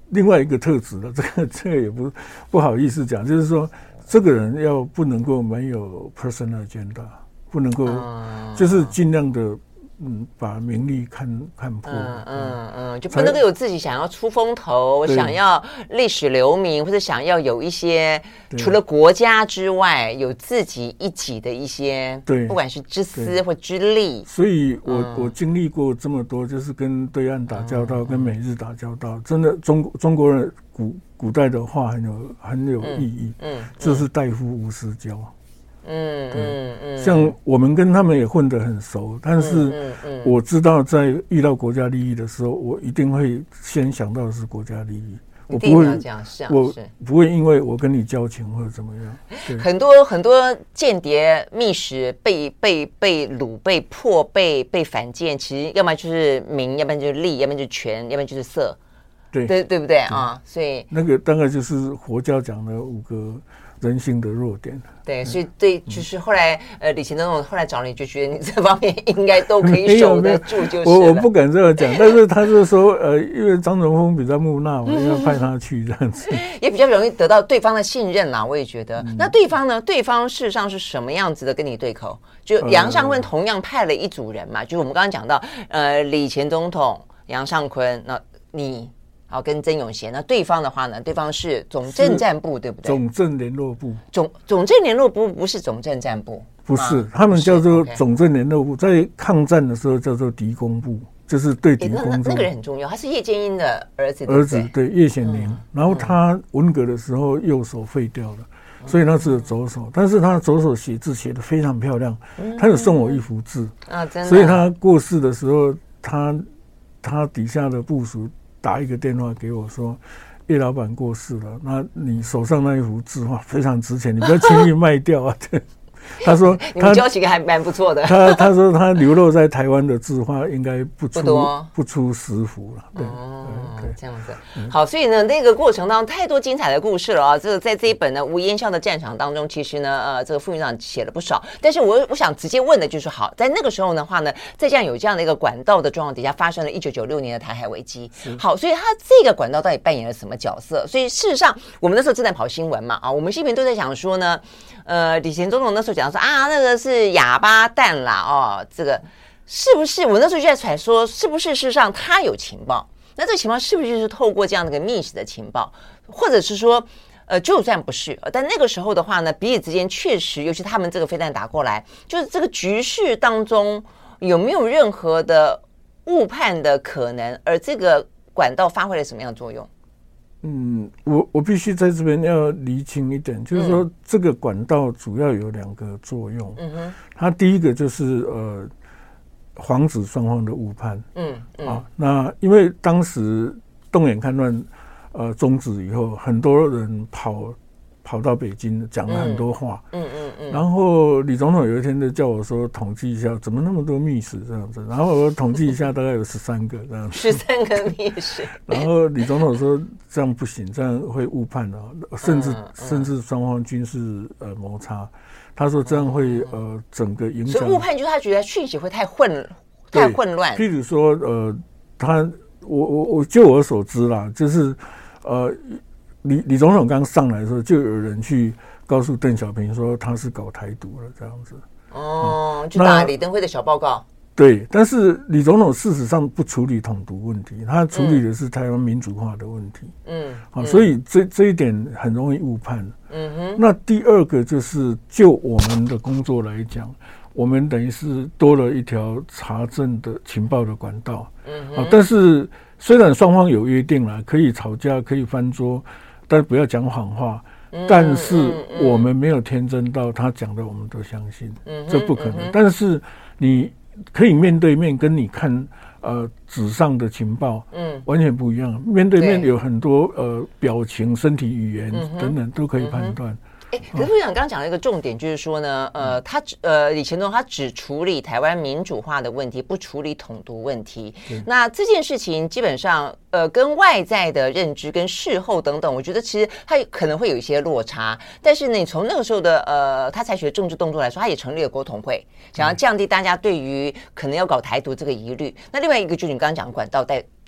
另外一个特质了，这个这个也不不好意思讲，就是说这个人要不能够没有 personal agenda， 不能够、嗯、就是尽量的。嗯，把名利看看破， 嗯嗯嗯，就不能够有自己想要出风头，想要历史留名，或者想要有一些除了国家之外，有自己一己的一些，对，不管是之私或之利。 所以我、嗯、我经历过这么多，就是跟对岸打交道，嗯、跟美日打交道，真的中中国人古古代的话很有很有意义，嗯，嗯就是大夫无私交。 嗯嗯嗯， 像我们跟他们也混得很熟，但是我知道在遇到国家利益的时候，我一定会先想到的是国家利益，我不会这样，我不会因为我跟你交情或者怎么样。 很多很多间谍密使被被被掳、被迫、被被反间，其实要么就是名，要不然就是利，要不然就是权，要不然就是色， 对对对不对啊？所以那个大概就是佛教讲的五个。人性的弱点， 对，所以对，就是后来，呃，李前总统后来找你，就觉得你这方面应该都可以守得住，就是了。 我我不敢这样讲，但是他是说，呃，因为张荣峰比较木讷，我要派他去这样子， 也比较容易得到对方的信任啦。我也觉得，嗯、那对方呢？对方事实上是什么样子的跟你对口？就杨尚昆同样派了一组人嘛，呃、就是我们刚刚讲到，呃，李前总统、杨尚昆，那你。好，跟曾永贤，那对方的话呢？对方是总政战部，对不对？ 总政联络部。 总总政联络部不是总政战部， 不是，他们叫做总政联络部，在抗战的时候叫做敌工部，就是对敌工作。 那, 那个人很重要，他是叶剑英的儿子， 儿子对叶显麟、嗯。然后他文革的时候右手废掉了，嗯、所以他只有左手，但是他左手写字写得非常漂亮。嗯、他有送我一幅字啊，真的。 所以他过世的时候，他他底下的部属。打一个电话给我说，叶老板过世了，那你手上那一幅字画非常值钱，你不要轻易卖掉啊。他说你们交情还蛮不错的。 他他说他流落在台湾的字画应该不出 不, 不出十幅了。对， 哦，这样子。好，所以呢，那个过程当中太多精彩的故事了啊！这个在这一本呢《无烟硝的战场》当中，其实呢，呃，这个副院长写了不少。但是我我想直接问的就是，好，在那个时候的话呢，在这样有这样的一个管道的状况底下，发生了一九九六年的台海危机。好，所以他这个管道到底扮演了什么角色？所以事实上，我们那时候正在跑新闻嘛，啊，我们新闻都在讲说呢，呃，李前总统那时候讲说啊，那个是哑巴蛋啦，哦，这个是不是？我那时候就在揣说，是不是事实上他有情报？那这个情报是不是就是透过这样的一个密使的情报，或者是说，呃，就算不是，但那个时候的话呢，彼此之间确实，尤其他们这个飞弹打过来，就是这个局势当中有没有任何的误判的可能？而这个管道发挥了什么样的作用？ 嗯，我我必须在这边要厘清一点，就是说、嗯、这个管道主要有两个作用。嗯哼，它第一个就是呃。防止双方的误判，嗯嗯，啊，那因为当时动眼戡乱，呃，终止以后，很多人跑跑到北京讲了很多话，嗯嗯 嗯, 嗯，然后李总统有一天就叫我说统计一下，怎么那么多密使这样子，然后我统计一下，大概有十三个这样子， 十三个密使， 然后李总统说这样不行，这样会误判啊，甚至、嗯嗯、甚至双方军事呃摩擦。他说这样会呃整个影响， 所以误判就是他觉得讯息会太混太混乱。 譬如说呃，他我我我就我所知啦，就是呃李李总统刚上来的时候，就有人去告诉邓小平说他是搞台独了这样子。 哦，就打李登辉的小报告。 对，但是李总统事实上不处理统独问题，他处理的是台湾民主化的问题。嗯，好、嗯，所以这这一点很容易误判。嗯哼。那第二个就是就我们的工作来讲，我们等于是多了一条查证的情报的管道。嗯哼。但是虽然双方有约定了，可以吵架，可以翻桌，但不要讲谎话。嗯、但是我们没有天真到他讲的我们都相信，嗯、这不可能。嗯、但是你可以面对面跟你看呃纸上的情报，嗯，完全不一样。面对面有很多呃表情、身体语言等等都可以判断。 哎，可是副院长刚刚讲了一个重点，就是说呢，呃，他呃李前总统他只处理台湾民主化的问题，不处理统独问题。那这件事情基本上，呃，跟外在的认知、跟事后等等，我觉得其实他可能会有一些落差。但是你从那个时候的呃，他采取的政治动作来说，他也成立了国统会，想要降低大家对于可能要搞台独这个疑虑。那另外一个就是你刚刚讲的管道带。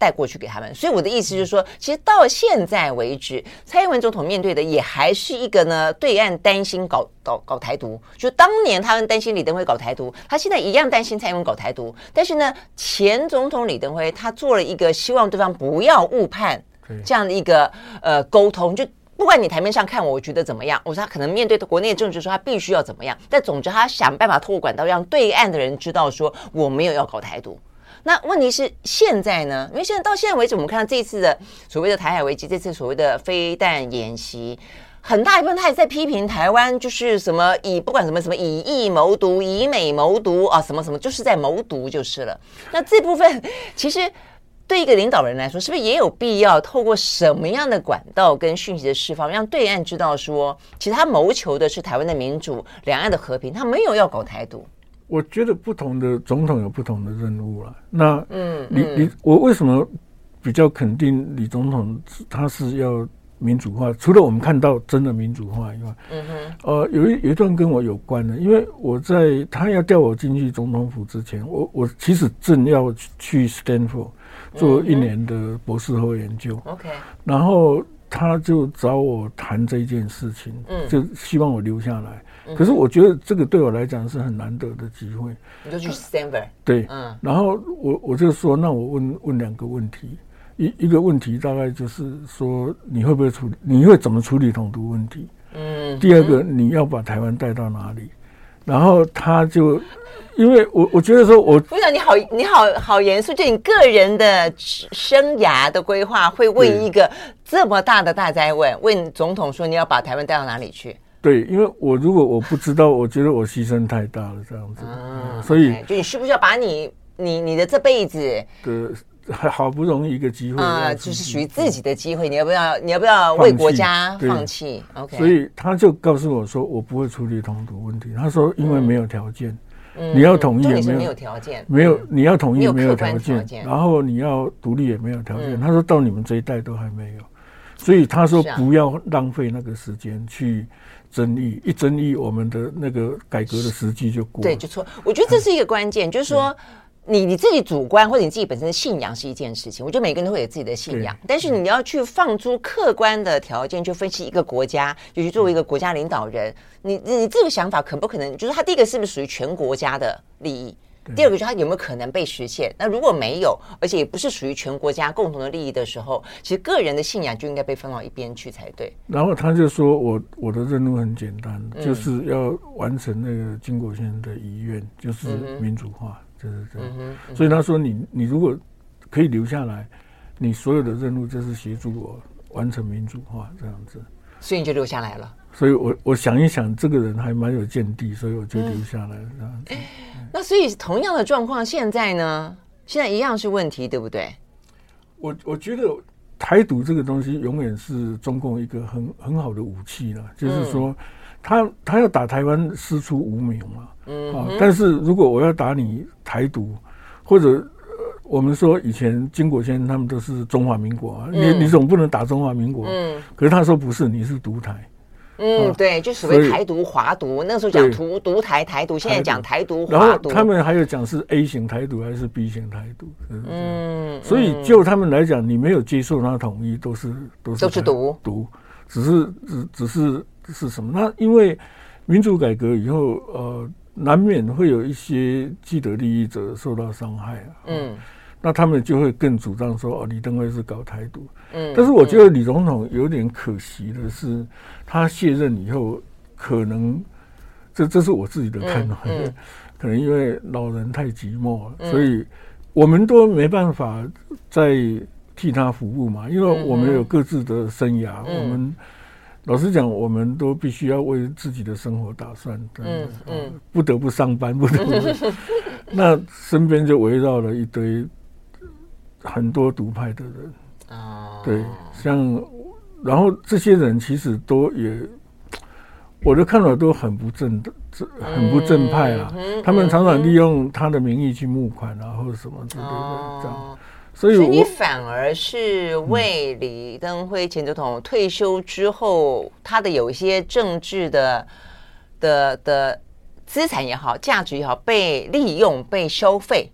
带过去给他们。所以我的意思就是说，其实到现在为止，蔡英文总统面对的也还是一个呢，对岸担心搞搞搞台独，就当年他们担心李登辉搞台独，他现在一样担心蔡英文搞台独。但是呢，前总统李登辉他做了一个希望对方不要误判这样的一个呃沟通，就不管你台面上看我，我觉得怎么样，我说他可能面对国内政治说他必须要怎么样，但总之他想办法透过管道让对岸的人知道说我没有要搞台独。那问题是现在呢？因为现在到现在为止，我们看到这一次的所谓的台海危机，这次所谓的飞弹演习，很大一部分他也在批评台湾，就是什么以不管什么什么以意谋独、以美谋独啊，什么什么，就是在谋独就是了。那这部分其实对一个领导人来说，是不是也有必要透过什么样的管道跟讯息的释放，让对岸知道说，其实他谋求的是台湾的民主、两岸的和平，他没有要搞台独。 我觉得不同的总统有不同的任务了。那嗯，李李，我为什么比较肯定李总统他是要民主化？除了我们看到真的民主化以外，嗯哼，呃，有一有一段跟我有关的，因为我在他要调我进去总统府之前，我我其实正要去 Stanford 做一年的博士后研究。OK，然后他就找我谈这件事情，嗯，就希望我留下来。可是我觉得这个对我来讲是很难得的机会。 你就去 Stanford？ 对，嗯。 然后我我就说，那我问问两个问题，一一个问题大概就是说，你会不会处理，你会怎么处理统独问题？嗯。第二个，你要把台湾带到哪里？然后他就，因为我我觉得说我， 部长你好，你好好严肃，就你个人的生涯的规划，会问一个这么大的大哉问，问总统说你要把台湾带到哪里去？ 对，因为我如果我不知道，我觉得我牺牲太大了，这样子，嗯，所以、 okay, 就你需不需要把你你你的这辈子的好不容易一个机会啊、 呃，就是属于自己的机会，你要不要你要不要为国家放弃 ？OK， 所以他就告诉我说，我不会处理统独问题。他说，因为没有条件，嗯、你要统一也没有没有条件， 没有你要统一没有条件，然后你要独立也没有条件。嗯、他说到你们这一代都还没有，所以他说不要浪费那个时间去争议，一争议我们的那个改革的时机就过了。 对，就错。我觉得这是一个关键，就是说你你自己主观或者你自己本身的信仰是一件事情，我觉得每个人都会有自己的信仰，但是你要去放出客观的条件去分析一个国家，尤其作为一个国家领导人，你你这个想法可不可能？就是他第一个是不是属于全国家的利益？第二个就是它有没有可能被实现？那如果没有，而且也不是属于全国家共同的利益的时候，其实个人的信仰就应该被放到一边去才对。 然后他就说我我的任务很简单，嗯、就是要完成那个金国先生的遗愿，就是民主化，嗯、就是这样。嗯嗯、所以他说你你如果可以留下来，你所有的任务就是协助我完成民主化这样子。 所以你就留下来了。 所以我我想一想，这个人还蛮有见地，所以我就留下来了。嗯嗯、那所以同样的状况，现在呢？现在一样是问题，对不对？ 我我觉得台独这个东西永远是中共一个很很好的武器了，就是说他他要打台湾师出无名嘛，嗯、啊，但是如果我要打你台独，或者、呃、我们说以前金国先生他们都是中华民国、啊嗯、你你总不能打中华民国，嗯，可是他说不是，你是独台。 嗯，对，就所谓台独、华独，那个时候讲独独台、台独，现在讲台独、华独。 然后他们还有讲是 A 型台独还是 B 型台独，嗯，所以就他们来讲，你没有接受他统一，都是都是都是独独，只是只只是是什么？那因为民主改革以后，呃，难免会有一些既得利益者受到伤害啊，嗯。那他们就会更主张说，哦，李登辉是搞台独。嗯，但是我觉得李总统有点可惜的是，他卸任以后，可能这这是我自己的看法，嗯嗯、可能因为老人太寂寞了，嗯、所以我们都没办法再替他服务嘛，因为我们有各自的生涯，嗯、我们老实讲，我们都必须要为自己的生活打算，嗯嗯，不得不上班，不得不，那身边就围绕了一堆。很多独派的人，哦，对，像，然后这些人其实都也，我的看法都很不正的，很不正派啊。嗯、他们常常利用他的名义去募款啊，或者什么之类的，哦、这样。所以我， 所以你反而是为李登辉前总统退休之后，他的有一些政治的的的资产也好，价值也好，被利用、被消费。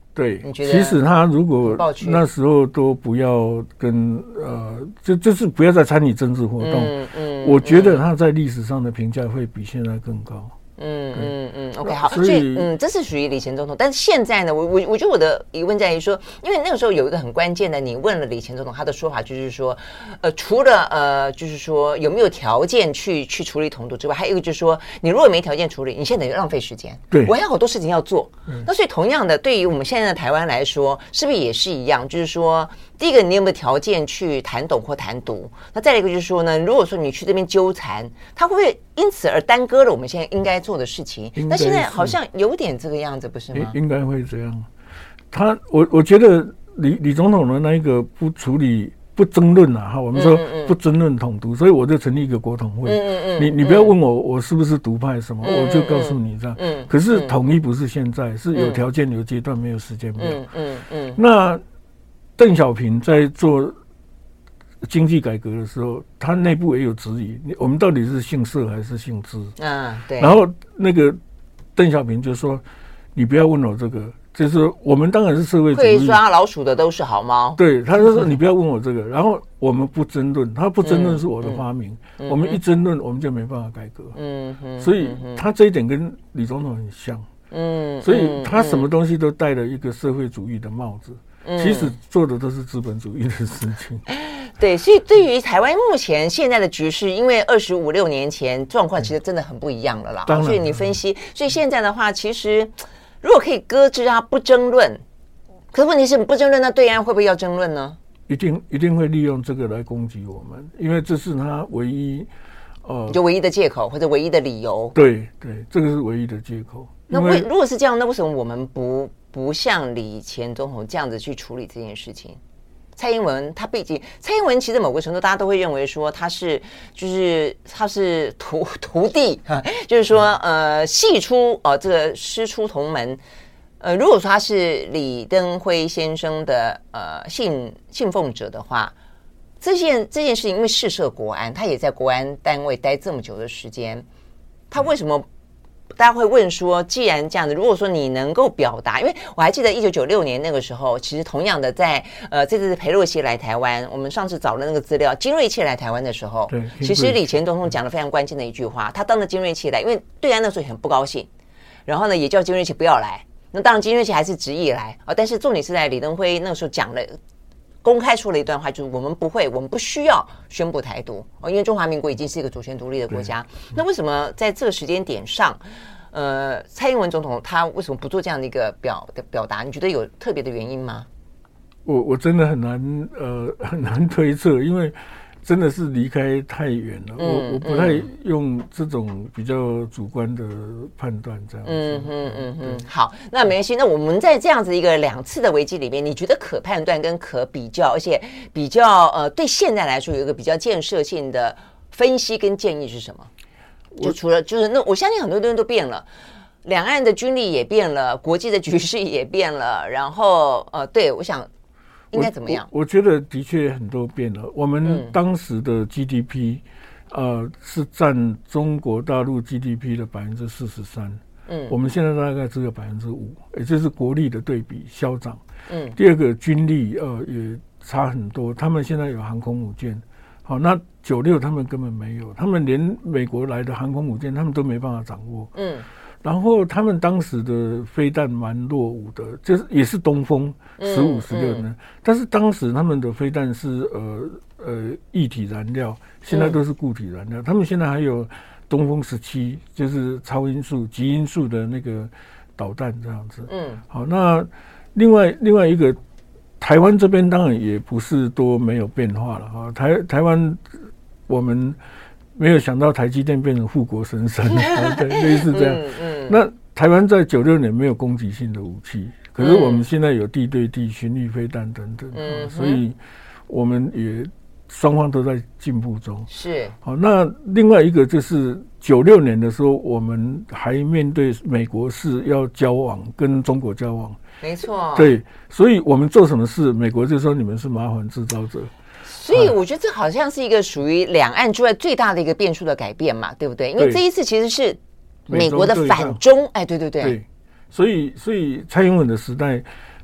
对， 你觉得？ 其实他如果那时候都不要跟呃，就就是不要再参与政治活动，嗯嗯，我觉得他在历史上的评价会比现在更高。 嗯嗯嗯 ，OK， 好，所以, 所以嗯，这是属于李前总统，但是现在呢，我我我觉得我的疑问在于说，因为那个时候有一个很关键的，你问了李前总统，他的说法就是说，呃，除了呃，就是说有没有条件去去处理统独之外，还有一个就是说，你如果没条件处理，你现在等于浪费时间， 对， 我还有好多事情要做。嗯、那所以同样的，对于我们现在的台湾来说，是不是也是一样？就是说，第一个你有没有条件去谈懂或谈独？那再来一个就是说呢，如果说你去这边纠缠，他会不会因此而耽搁了我们现在应该做的事情？那现在好像有点这个样子，不是吗？ 应该会这样。他，我我觉得李李总统的那一个不处理、不争论啊，哈，我们说不争论统独，所以我就成立一个国统会。嗯嗯嗯。你你不要问我我是不是独派什么，我就告诉你这样。嗯。可是统一不是现在，是有条件、有阶段，没有时间表。嗯嗯嗯。那邓小平在做经济改革的时候，他内部也有质疑，我们到底是姓社还是姓资？ 啊，对。 然后那个邓小平就说：“你不要问我这个，就是我们当然是社会主义。 会抓老鼠的都是好猫。” 对，他就说：“你不要问我这个。”然后我们不争论，他不争论是我的发明，嗯嗯、我们一争论，我们就没办法改革。嗯嗯。所以他这一点跟李总统很像。嗯。所以他什么东西都戴了一个社会主义的帽子。其实做的都是资本主义的事情。 对，所以对于台湾目前现在的局势，因为二十五六年前状况其实真的很不一样了啦。嗯、所以你分析，所以现在的话，其实如果可以搁置啊，不争论，可是问题是不争论，那对岸会不会要争论呢？ 一定一定会利用这个来攻击我们，因为这是他唯一呃，就唯一的借口或者唯一的理由。 对对，这个是唯一的借口。 那为如果是这样，那为什么我们不不像李前总统这样子去处理这件事情？蔡英文他毕竟，蔡英文其实某个程度大家都会认为说他是就是他是徒徒弟，就是说呃系出呃这个师出同门。呃，如果说他是李登辉先生的呃信信奉者的话，这件这件事情因为事涉国安，他也在国安单位待这么久的时间，他为什么？大家会问说，既然这样子，如果说你能够表达，因为我还记得一九九六年那个时候，其实同样的在呃这次裴洛西来台湾，我们上次找了那个资料，金瑞气来台湾的时候，其实李前总统讲了非常关键的一句话，他当着金瑞气来，因为对岸那时候很不高兴，然后呢也叫金瑞气不要来，那当然金瑞气还是执意来啊，但是重点是在李登辉那个时候讲了。公开出了一段话，就是我们不会，我们不需要宣布台独哦，因为中华民国已经是一个主权独立的国家。那为什么在这个时间点上，呃，蔡英文总统他为什么不做这样的一个表的表达？你觉得有特别的原因吗？ 我我真的很难呃很难推测，因为真的是离开太远了，嗯、我我不太用这种比较主观的判断这样子。嗯嗯嗯嗯，好，那没关系。那我们在这样子一个两次的危机里面，你觉得可判断跟可比较，而且比较呃对现在来说有一个比较建设性的分析跟建议是什么？就除了就是那我相信很多东西都变了。两岸的军力也变了，国际的局势也变了，然后呃，对我想。应该怎么样？ 我, 我觉得的确很多变了。我们当时的 G D P，、嗯、呃，是占中国大陆 G D P 的百分之四十三。嗯，我们现在大概只有百分之五，也就是国力的对比消长。嗯，第二个军力呃也差很多，他们现在有航空母舰，好，那九六他们根本没有，他们连美国来的航空母舰他们都没办法掌握。嗯。然后他们当时的飞弹蛮落伍的，就是也是东风十五、十六呢，但是当时他们的飞弹是呃呃液体燃料，现在都是固体燃料。嗯、他们现在还有东风十七，就是超音速、极音速的那个导弹这样子。嗯，好，那另外另外一个台湾这边当然也不是多没有变化了哈，台台湾我们。没有想到台积电变成护国神山，对，类似这样。嗯嗯、那台湾在九六年没有攻击性的武器，可是我们现在有地对地巡弋飞弹等等、嗯啊，所以我们也双方都在进步中。 是。 好，那另外一个就是九六年的时候，我们还面对美国是要交往，跟中国交往。 没错。 对，所以我们做什么事，美国就说你们是麻烦制造者。 所以我觉得这好像是一个属于两岸之外最大的一个变数的改变嘛，对不对？因为这一次其实是美国的反中，哎，对对对。 对，所以所以蔡英文的时代，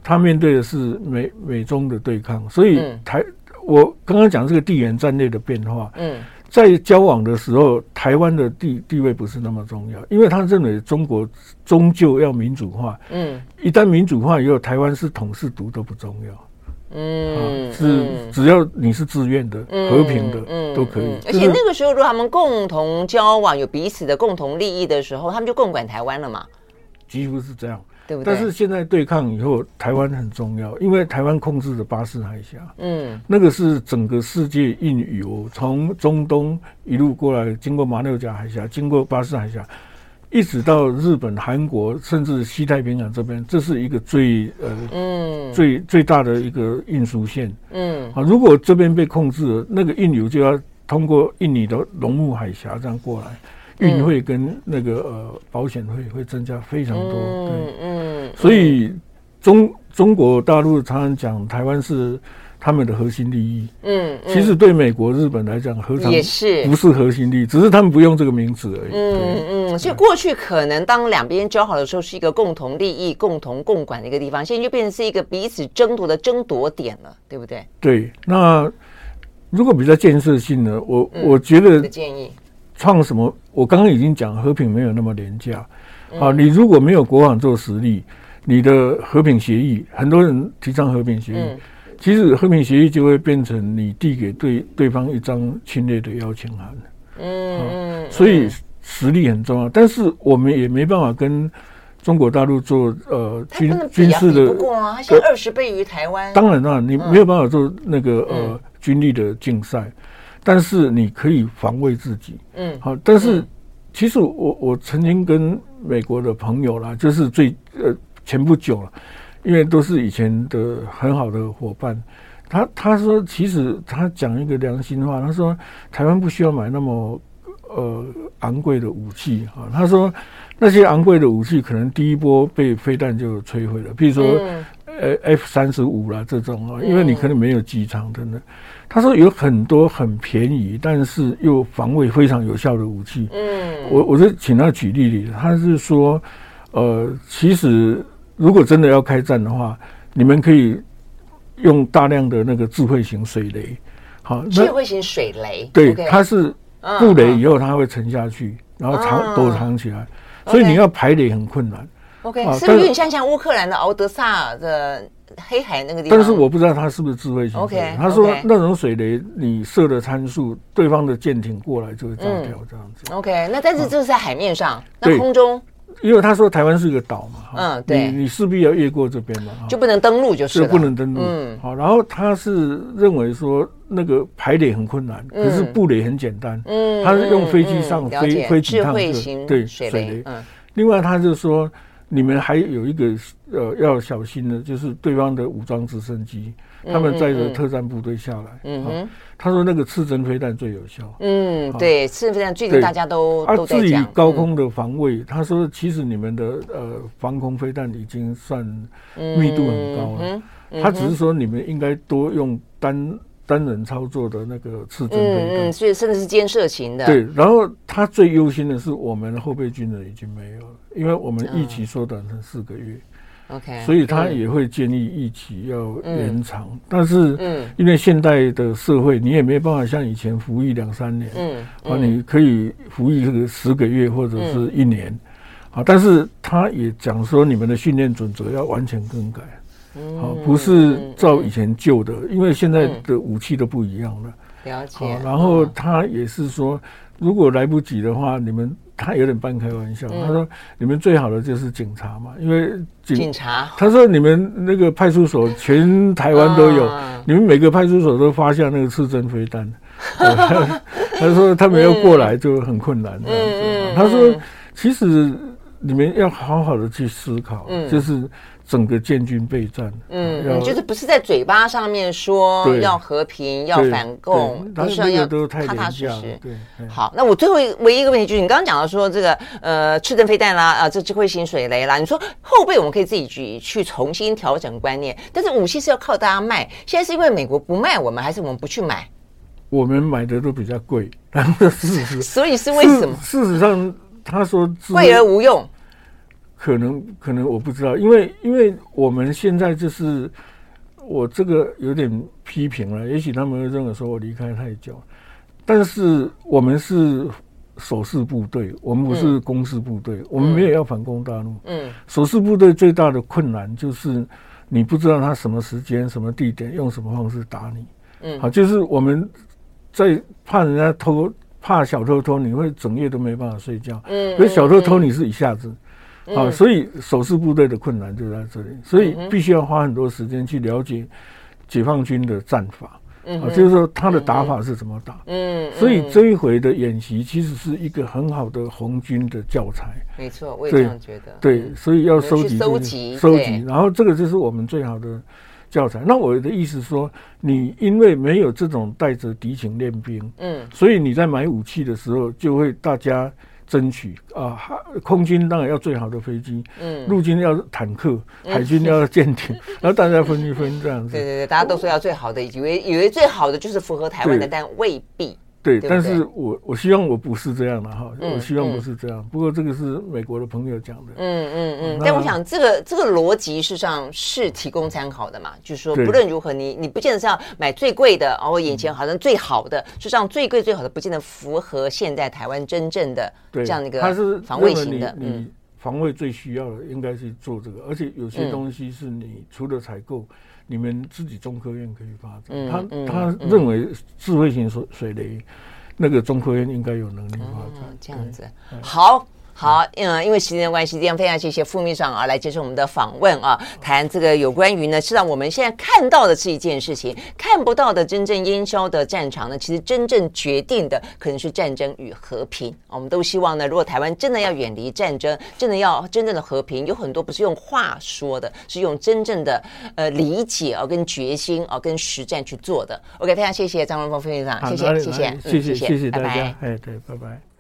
他面对的是美美中的对抗，所以台、嗯、我刚刚讲这个地缘战略的变化，嗯，在交往的时候，台湾的地地位不是那么重要，因为他认为中国终究要民主化，嗯，一旦民主化以后，台湾是统是独都不重要。嗯，是只要你是自愿的、嗯、和平的、嗯、都可以、嗯。 而且那个时候，如果他们共同交往，有彼此的共同利益的时候，他们就共管台湾了嘛？ 几乎是这样， 对不对？ 但是现在对抗以后，台湾很重要，因为台湾控制着巴士海峡，嗯，那个是整个世界运油从中东一路过来，经过马六甲海峡，经过巴士海峡。一直到日本、韩国，甚至西太平洋这边，这是一个最呃、嗯、最最大的一个运输线。嗯，啊，如果这边被控制了，那个运油就要通过印尼的龙目海峡这样过来，运费跟那个呃保险费会增加非常多。嗯、对，嗯，所以中中国大陆常常讲台湾是他们的核心利益，嗯，嗯其实对美国、日本来讲，何尝也是不是核心利益，只是他们不用这个名字而已。 嗯嗯，所以过去可能当两边交好的时候，是一个共同利益、共同共管的一个地方，现在就变成是一个彼此争夺的争夺点了，对不对？ 对，那如果比较建设性的，我、嗯、我觉得建议创什么？我刚刚已经讲，和平没有那么廉价。嗯、啊，你如果没有国防做实力，你的和平协议，很多人提倡和平协议。嗯其实和平协议就会变成你递给对对方一张侵略的邀请函，嗯嗯、啊，所以实力很重要。但是我们也没办法跟中国大陆做呃军军事的， 不过啊，它现在二十倍于台湾。 当然了，你没有办法做那个呃、嗯、军力的竞赛，但是你可以防卫自己。嗯，好，但是、嗯、其实我我曾经跟美国的朋友啦，就是最呃前不久了。因为都是以前的很好的伙伴，他他说其实他讲一个良心话，他说台湾不需要买那么呃昂贵的武器啊，他说那些昂贵的武器可能第一波被飞弹就摧毁了，比如说、嗯、呃 F 三十五啦这种啊，因为你可能没有机场等等。他说有很多很便宜但是又防卫非常有效的武器。嗯，我我就请他举例例，他是说呃其实。如果真的要开战的话，你们可以用大量的那个智慧型水雷，好， 智慧型水雷， 对， okay, 它是布雷以后它会沉下去，嗯、然后藏躲藏起来，嗯、所以你要排雷很困难。 OK，、啊、是不是有点像像乌克兰的敖德萨的黑海那个地方？ 但是我不知道它是不是智慧型水雷。Okay, 他说那种水雷你设的参数，对方的舰艇过来就会炸掉这样子。 嗯、OK， 那但是这是在海面上，啊、那空中。 因为他说台湾是个岛嘛， 嗯，对， 你你势必要越过这边嘛， 就不能登陆就是了， 就不能登陆。嗯，好，然后他是认为说那个排雷很困难，嗯、可是布雷很简单，嗯，他是用飞机上飞、嗯、飞几趟就对水雷。嗯，另外他就说你们还有一个呃要小心的，就是对方的武装直升机，他们载着特战部队下来，嗯哼。他说那个刺针飞弹最有效。嗯， 对，刺针飞弹最近大家都都在讲。 至于高空的防卫，嗯、他说其实你们的呃防空飞弹已经算密度很高了。嗯嗯、他只是说你们应该多用单单人操作的那个刺针飞弹。 嗯嗯，所以甚至是肩射型的。 对，然后他最忧心的是我们的后备军人已经没有了，因为我们役期缩短成四个月。 OK， 所以他也会建议役期要延长，嗯、但是因为现代的社会，你也没办法像以前服役两三年，嗯，啊，你可以服役这个十个月或者是一年，嗯、啊，但是他也讲说你们的训练准则要完全更改，嗯，啊，不是照以前旧的，因为现在的武器都不一样了， 了解。 啊，然后他也是说，如果来不及的话，你们。他有点半开玩笑，嗯、他说：“你们最好的就是警察嘛，因为警, 警察。” 他说：“你们那个派出所全台湾都有，啊、你们每个派出所都发下那个刺针飞弹。他”他说：“他们要过来就很困难。嗯”这样子。嗯、他说：“其实你们要好好的去思考，嗯、就是整个建军备战， 嗯，就是不是在嘴巴上面说要和平、要反共， 不是要踏踏实实。好，那我最后唯一一个问题就是，你刚刚讲到说这个呃刺针飞弹啦，啊这智慧型水雷啦，你说后备我们可以自己去去重新调整观念，但是武器是要靠大家卖，现在是因为美国不卖我们，还是我们不去买？ 我们买的都比较贵，然后事实所以是为什么？ 事实上他说贵而无用。 可能可能我不知道，因为因为我们现在就是我这个有点批评了，也许他们会认为说我离开太久，但是我们是守势部队，我们不是攻势部队，嗯、我们没有要反攻大陆。嗯，守势部队最大的困难就是你不知道他什么时间、什么地点、用什么方式打你。嗯，好，就是我们在怕人家偷、怕小偷偷，你会整夜都没办法睡觉。嗯，可是小偷偷你是一下子。嗯、啊，所以守势部队的困难就在这里，所以必须要花很多时间去了解解放军的战法。嗯、啊，就是说他的打法是怎么打。嗯，所以这一回的演习其实是一个很好的红军的教材。 没错，我也这样觉得。 对，对，所以要收集、 收集、 收集，然后这个就是我们最好的教材。那我的意思说，你因为没有这种带着敌情练兵，嗯，所以你在买武器的时候就会大家争取啊，空军当然要最好的飞机，嗯，陆军要坦克，海军要舰艇，嗯、然后大家分一分这样子。 对对对，大家都说要最好的，以为以为最好的就是符合台湾的，但未必。 对，对对，但是我我希望我不是这样的哈，嗯、我希望不是这样。嗯、不过这个是美国的朋友讲的， 嗯嗯嗯。但我想这个这个逻辑事实上是提供参考的嘛，就是说不论如何你，你你不见得是要买最贵的，哦，眼前好像最好的，事实上最贵最好的不见得符合现在台湾真正的这样的一个防卫型的。 你你防卫最需要的应该是做这个，而且有些东西是你除了采购。你们自己中科院可以发展，嗯、他、嗯、他认为智慧型水水雷，那个中科院应该有能力发展。 嗯、这样子，好。好，嗯，因为时间的关系，今天非常谢谢副秘书长啊来接受我们的访问啊，谈这个有关于呢，是让我们现在看到的是一件事情，看不到的真正烟消的战场呢，其实真正决定的可能是战争与和平。我们都希望呢，如果台湾真的要远离战争，真的要真正的和平，有很多不是用话说的，是用真正的呃理解啊、跟决心啊、跟实战去做的。OK， 非常谢谢张文峰副秘书长，谢谢谢谢谢谢谢谢大家，哎，对，拜拜。